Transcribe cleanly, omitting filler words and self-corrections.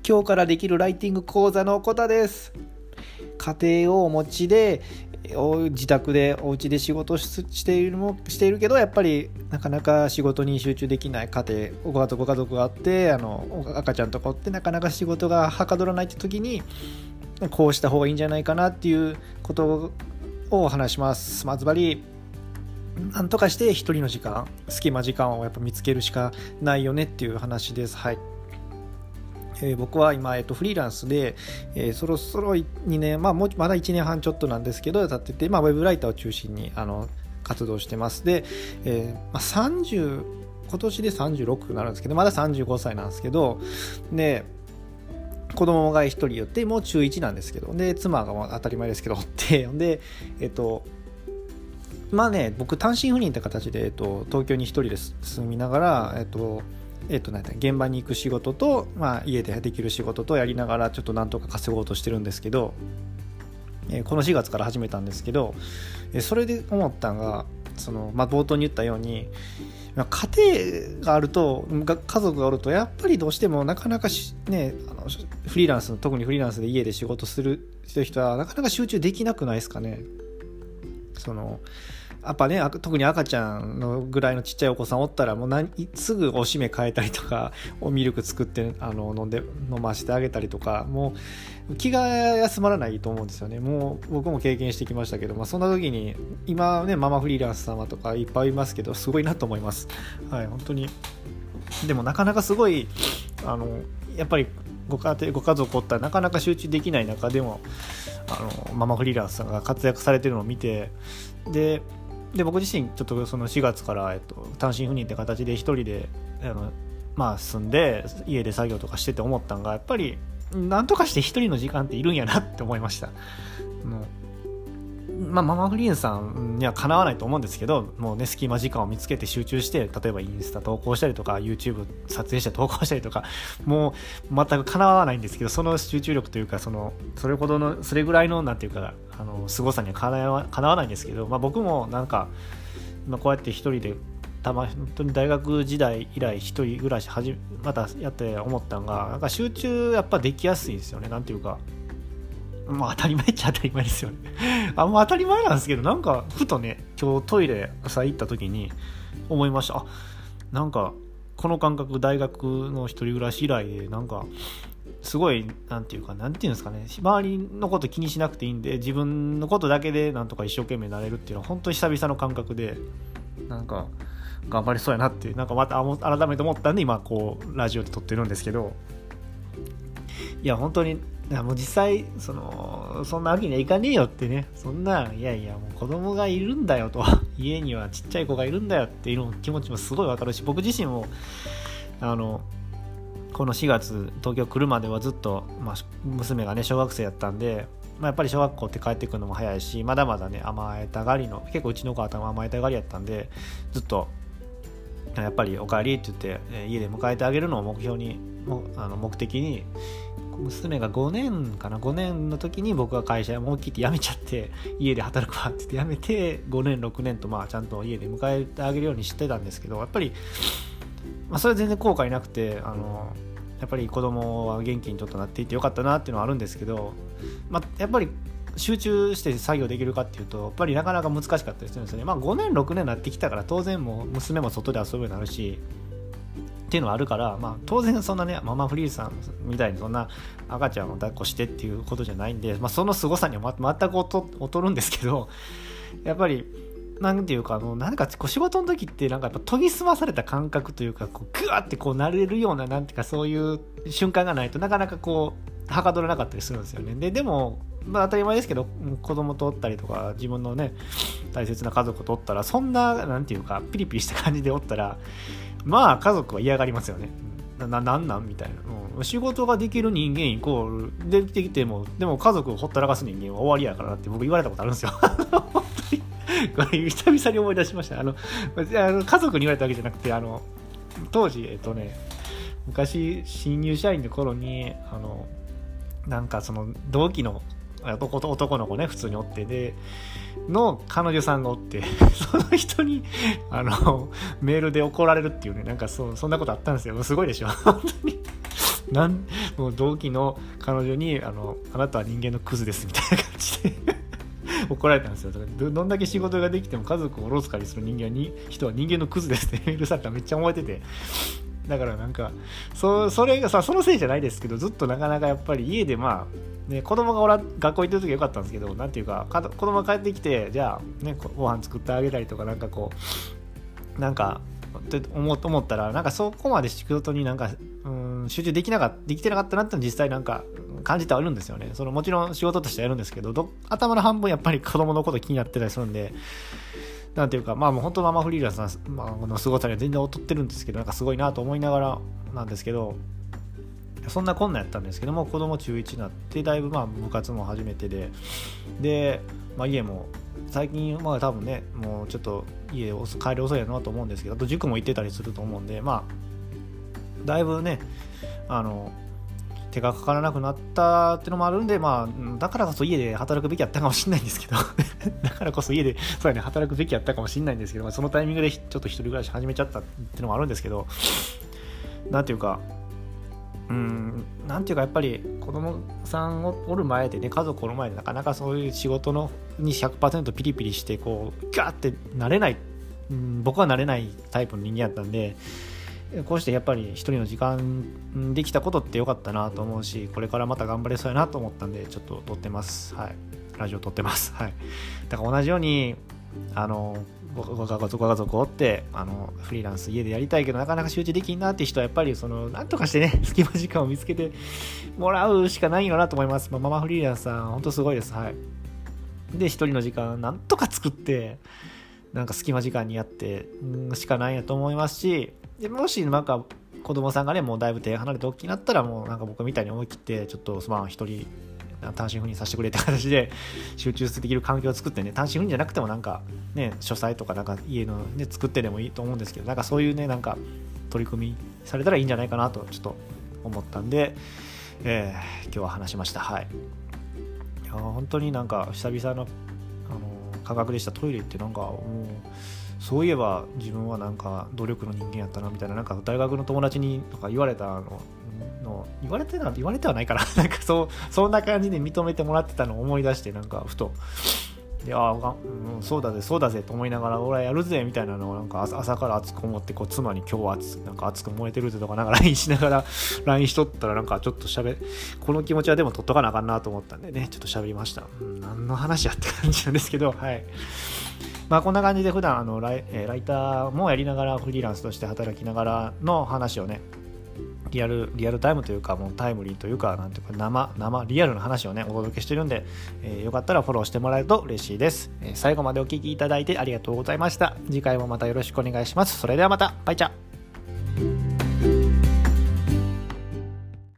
今日からできるライティング講座のコタです。家庭をお持ちで自宅でお家で仕事しているけど、やっぱりなかなか仕事に集中できない家庭、ご家族があって、赤ちゃんとかおってなかなか仕事がはかどらないって時にこうした方がいいんじゃないかなっていうことをお話します。ズバリなんとかして一人の時間、隙間時間をやっぱ見つけるしかないよねっていう話です。はい。僕は今、フリーランスで、そろそろ2年、まだ1年半ちょっとなんですけど経ってて、ウェブライターを中心に活動してます。で、今年で36になるんですけど、まだ35歳なんですけど、で子供が1人いて、もう中1なんですけど、で妻が当たり前ですけどおって、で僕単身赴任って形で、東京に1人で住みながら、現場に行く仕事と、家でできる仕事とやりながらちょっとなんとか稼ごうとしてるんですけど、この4月から始めたんですけど、それで思ったのが冒頭に言ったように、家庭があると、家族がおると、やっぱりどうしてもなかなかフリーランス、特にフリーランスで家で仕事する人はなかなか集中できなくないですかね。やっぱね、特に赤ちゃんのぐらいのちっちゃいお子さんおったら、もうすぐおしめ変えたりとか、おミルク作って飲ませてあげたりとか、もう気が休まらないと思うんですよね。もう僕も経験してきましたけど、そんな時に今ね、ママフリーランス様とかいっぱいいますけど、すごいなと思います。はい、本当に。でもなかなかすごいやっぱりご家族おったらなかなか集中できない中でもママフリーランスさんが活躍されてるのを見て、で僕自身ちょっとその4月から、単身赴任って形で一人で住んで家で作業とかしてて思ったのが、やっぱりなんとかして一人の時間っているんやなって思いました。ママフリーさんにはかなわないと思うんですけど、もうね、隙間時間を見つけて集中して、例えばインスタ投稿したりとか YouTube 撮影して投稿したりとか、もう全くかなわないんですけど、その集中力というか、それほどのそれぐらいのなんていうか凄さにはかなわないんですけど、僕もなんかこうやって一人で本当に大学時代以来一人暮らしまたやって思ったのが、なんか集中やっぱできやすいですよね。なんていうか、当たり前っちゃ当たり前ですよね。もう当たり前なんですけど、なんかふとね、今日トイレ朝行った時に思いました。なんかこの感覚、大学の一人暮らし以来で、なんかすごいなんていうんですかね、周りのこと気にしなくていいんで、自分のことだけでなんとか一生懸命なれるっていうのは本当に久々の感覚で、なんか頑張れそうやなって、なんかまた改めて思ったんで、今こうラジオで撮ってるんですけど、いや本当にもう実際そんなわけにはいかねえよってね、そんな、いやもう子供がいるんだよと、家にはちっちゃい子がいるんだよっていう気持ちもすごいわかるし、僕自身もこの4月東京来るまではずっと、娘がね小学生やったんで、やっぱり小学校って帰ってくるのも早いし、まだまだね甘えたがりの、結構うちの子は甘えたがりやったんで、ずっとやっぱりお帰りって言って家で迎えてあげるのを目標に目的に、娘が5年の時に僕が会社思い切って辞めちゃって、家で働くわって言って辞めて、5年6年とちゃんと家で迎えてあげるようにしてたんですけど、やっぱり、それは全然後悔なくて、やっぱり子供は元気にちょっとなっていてよかったなっていうのはあるんですけど、やっぱり集中して作業できるかっていうと、やっぱりなかなか難しかったりするんですよね。5年6年になってきたから、当然もう娘も外で遊ぶようになるしっていうのはあるから、当然そんなねママフリーさんみたいにそんな赤ちゃんを抱っこしてっていうことじゃないんで、その凄さには全く劣るんですけど、やっぱりなんていうかなんか仕事の時ってなんかやっぱ研ぎ澄まされた感覚というか、グワッてなれるような、なんていうかそういう瞬間がないとなかなかはかどらなかったりするんですよね。でも当たり前ですけど、子供とおったりとか自分のね大切な家族とおったら、そんななんていうかピリピリした感じでおったら、家族は嫌がりますよね。なんみたいな、仕事ができる人間イコールできてきても、でも家族をほったらかす人間は終わりやからなって僕言われたことあるんですよ。本当にこれ久々に思い出しました。家族に言われたわけじゃなくて、当時昔新入社員の頃になんかその同期の男の子ね、普通におってでの彼女さんがおってその人にメールで怒られるっていうね、なんかそんなことあったんですよ。すごいでしょ本当にもう同期の彼女にあなたは人間のクズですみたいな感じで怒られたんですよ。どんだけ仕事ができても家族をおろそかにする人は人間のクズですってメールされたらめっちゃ思えてて、だからなんかそれがさ、そのせいじゃないですけど、ずっとなかなかやっぱり家で子供が学校行ってる時はよかったんですけど、なんていうか子供が帰ってきてじゃあねご飯作ってあげたりとかなんかこうなんかって思ったらなんかそこまで仕事になんか集中できてなかったなって実際なんか感じてはいるんですよね。もちろん仕事としてやるんですけど、頭の半分やっぱり子供のこと気になってたりするんで、なんていうかもう本当ママフリーランスの凄さには全然劣ってるんですけど、なんかすごいなと思いながらなんですけど、そんなこんなやったんですけども、子供中1になってだいぶ部活も初めてで、家も最近多分ねもうちょっと家帰り遅いやなと思うんですけど、あと塾も行ってたりすると思うんで、だいぶね手がかからなくなったっていうのもあるんで、だからこそ家で働くべきやったかもしれないんですけどだからこそ家で働くべきやったかもしれないんですけど、そのタイミングでちょっと一人暮らし始めちゃったっていうのもあるんですけど、なんていうかやっぱり子供さんをおる前でね、家族おる前でなかなかそういう仕事に 100% ピリピリしてこうガーってなれない、僕はなれないタイプの人間やったんで、こうしてやっぱり一人の時間できたことってよかったなと思うし、これからまた頑張れそうやなと思ったんでちょっと撮ってます。はい、ラジオ撮ってます。はい、だから同じようにご家族を追ってフリーランス家でやりたいけどなかなか集中できんなって人はやっぱりなんとかしてね隙間時間を見つけてもらうしかないのなと思います。ママフリーランスさん本当すごいです。はい、で一人の時間なんとか作ってなんか隙間時間にやってしかないなと思いますし、でもしなんか子供さんがねもうだいぶ手離れて大きくなったらもうなんか僕みたいに思い切ってちょっと一人単身赴任させてくれって形で集中できる環境を作ってね、単身赴任じゃなくてもなんかね書斎とかなんか家のね作ってでもいいと思うんですけど、なんかそういうねなんか取り組みされたらいいんじゃないかなとちょっと思ったんで、今日は話しました。はい、いや本当になんか久々の感覚でした。トイレってなんかもうそういえば自分はなんか努力の人間やったなみたいな、なんか大学の友達にとか言われたの言われてはないかななんかそんな感じで認めてもらってたのを思い出して、なんかふとそうだぜと思いながら俺はやるぜみたいなのをなんか朝から熱く思って、こう妻に今日はなんか熱く燃えてるぜとかなんか LINE しながら LINE しとったら、なんかちょっとこの気持ちはでも取っとかなあかんなと思ったんでね、ちょっと喋りました。何の話やって感じなんですけど、はい、こんな感じで普段ライターもやりながらフリーランスとして働きながらの話をね、リアルタイムというかもうタイムリーというかなんていうか生リアルな話をねお届けしてるんで、よかったらフォローしてもらえると嬉しいです。最後までお聞きいただいてありがとうございました。次回もまたよろしくお願いします。それではまた、バイチャ。